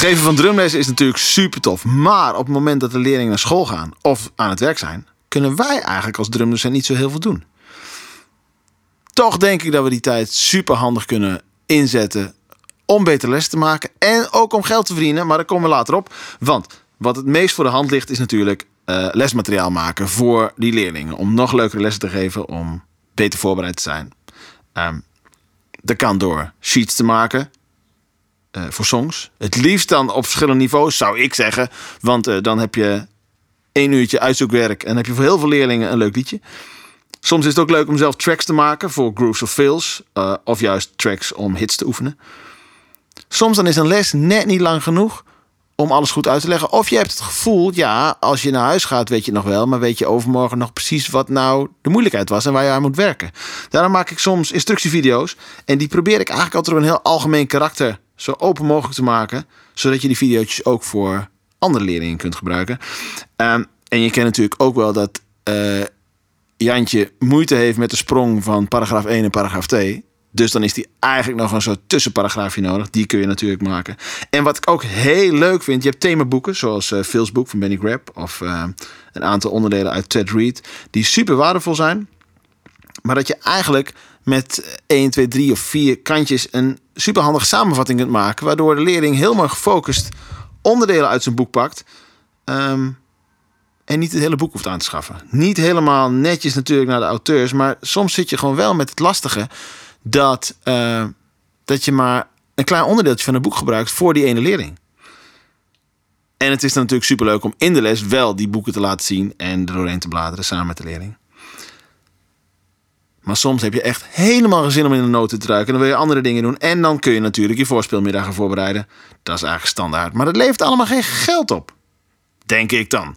geven van drumlessen is natuurlijk super tof. Maar op het moment dat de leerlingen naar school gaan of aan het werk zijn, kunnen wij eigenlijk als drumdocent niet zo heel veel doen. Toch denk ik dat we die tijd super handig kunnen inzetten om beter les te maken. En ook om geld te verdienen, maar daar komen we later op. Want wat het meest voor de hand ligt is natuurlijk lesmateriaal maken voor die leerlingen. Om nog leukere lessen te geven, om beter voorbereid te zijn. Dat kan door sheets te maken voor songs. Het liefst dan op verschillende niveaus, zou ik zeggen. Want dan heb je 1 uurtje uitzoekwerk en heb je voor heel veel leerlingen een leuk liedje. Soms is het ook leuk om zelf tracks te maken voor grooves of fills. Of juist tracks om hits te oefenen. Soms dan is een les net niet lang genoeg om alles goed uit te leggen. Of je hebt het gevoel, ja, als je naar huis gaat weet je het nog wel, maar weet je overmorgen nog precies wat nou de moeilijkheid was en waar je aan moet werken. Daarom maak ik soms instructievideo's en die probeer ik eigenlijk altijd op een heel algemeen karakter zo open mogelijk te maken, zodat je die video's ook voor andere leerlingen kunt gebruiken. En je kent natuurlijk ook wel dat Jantje moeite heeft met de sprong van paragraaf 1 en paragraaf 2. Dus dan is die eigenlijk nog een soort tussenparagraafje nodig. Die kun je natuurlijk maken. En wat ik ook heel leuk vind, je hebt themaboeken, zoals Phil's boek van Benny Greb, of een aantal onderdelen uit Ted Reed, die super waardevol zijn. Maar dat je eigenlijk met 1, 2, 3 of 4 kantjes een superhandige samenvatting kunt maken, waardoor de leerling heel mooi gefocust onderdelen uit zijn boek pakt. En niet het hele boek hoeft aan te schaffen. Niet helemaal netjes natuurlijk naar de auteurs, maar soms zit je gewoon wel met het lastige dat je maar een klein onderdeeltje van het boek gebruikt voor die ene leerling. En het is dan natuurlijk superleuk om in de les wel die boeken te laten zien en er doorheen te bladeren samen met de leerling. Maar soms heb je echt helemaal geen zin om in de noten te duiken. Dan wil je andere dingen doen. En dan kun je natuurlijk je voorspeelmiddagen voorbereiden. Dat is eigenlijk standaard. Maar dat levert allemaal geen geld op. Denk ik dan.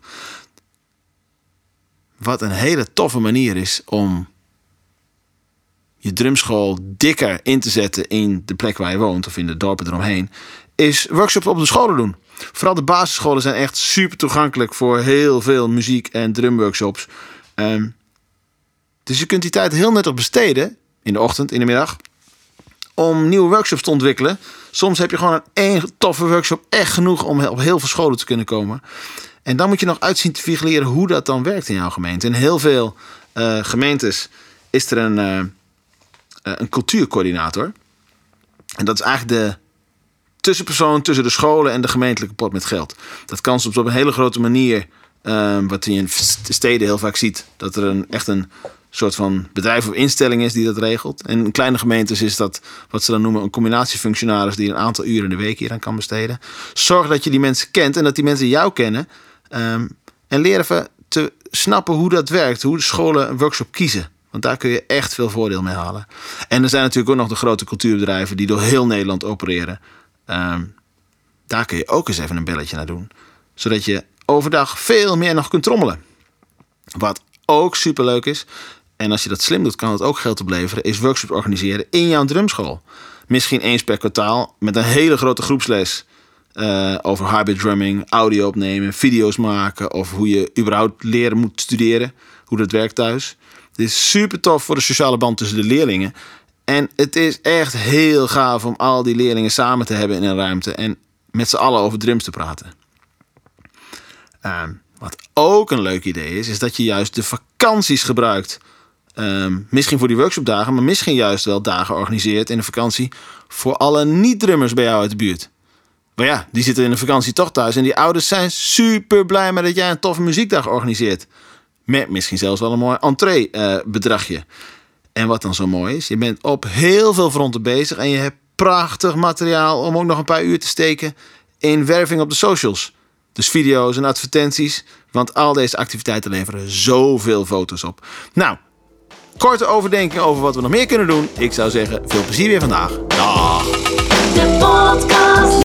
Wat een hele toffe manier is om je drumschool dikker in te zetten in de plek waar je woont, of in de dorpen eromheen, is workshops op de scholen doen. Vooral de basisscholen zijn echt super toegankelijk voor heel veel muziek- en drumworkshops. Dus je kunt die tijd heel nuttig besteden, in de ochtend, in de middag, om nieuwe workshops te ontwikkelen. Soms heb je gewoon één toffe workshop echt genoeg om op heel veel scholen te kunnen komen. En dan moet je nog uitzien te vigileren hoe dat dan werkt in jouw gemeente. In heel veel gemeentes is er een cultuurcoördinator. En dat is eigenlijk de tussenpersoon tussen de scholen en de gemeentelijke pot met geld. Dat kan soms op een hele grote manier, wat je in steden heel vaak ziet, dat er echt een soort van bedrijf of instelling is die dat regelt. En in kleine gemeentes is dat wat ze dan noemen een combinatiefunctionaris die een aantal uren in de week hier aan kan besteden. Zorg dat je die mensen kent en dat die mensen jou kennen. En leer even te snappen hoe dat werkt. Hoe de scholen een workshop kiezen. Want daar kun je echt veel voordeel mee halen. En er zijn natuurlijk ook nog de grote cultuurbedrijven die door heel Nederland opereren. Daar kun je ook eens even een belletje naar doen. Zodat je overdag veel meer nog kunt trommelen. Wat ook superleuk is, en als je dat slim doet kan het ook geld opleveren, is workshops organiseren in jouw drumschool. Misschien eens per kwartaal met een hele grote groepsles over hybrid drumming, audio opnemen, video's maken of hoe je überhaupt leren moet studeren, hoe dat werkt thuis. Dit is super tof voor de sociale band tussen de leerlingen. En het is echt heel gaaf om al die leerlingen samen te hebben in een ruimte en met z'n allen over drums te praten. Wat ook een leuk idee is dat je juist de vakanties gebruikt. Misschien voor die workshopdagen, maar misschien juist wel dagen organiseert in de vakantie voor alle niet-drummers bij jou uit de buurt. Maar ja, die zitten in de vakantie toch thuis en die ouders zijn super blij met dat jij een toffe muziekdag organiseert. Met misschien zelfs wel een mooi entree-bedragje. En wat dan zo mooi is, je bent op heel veel fronten bezig en je hebt prachtig materiaal om ook nog een paar uur te steken in werving op de socials. Dus video's en advertenties, want al deze activiteiten leveren zoveel foto's op. Nou, korte overdenking over wat we nog meer kunnen doen. Ik zou zeggen, veel plezier weer vandaag. Dag! De podcast.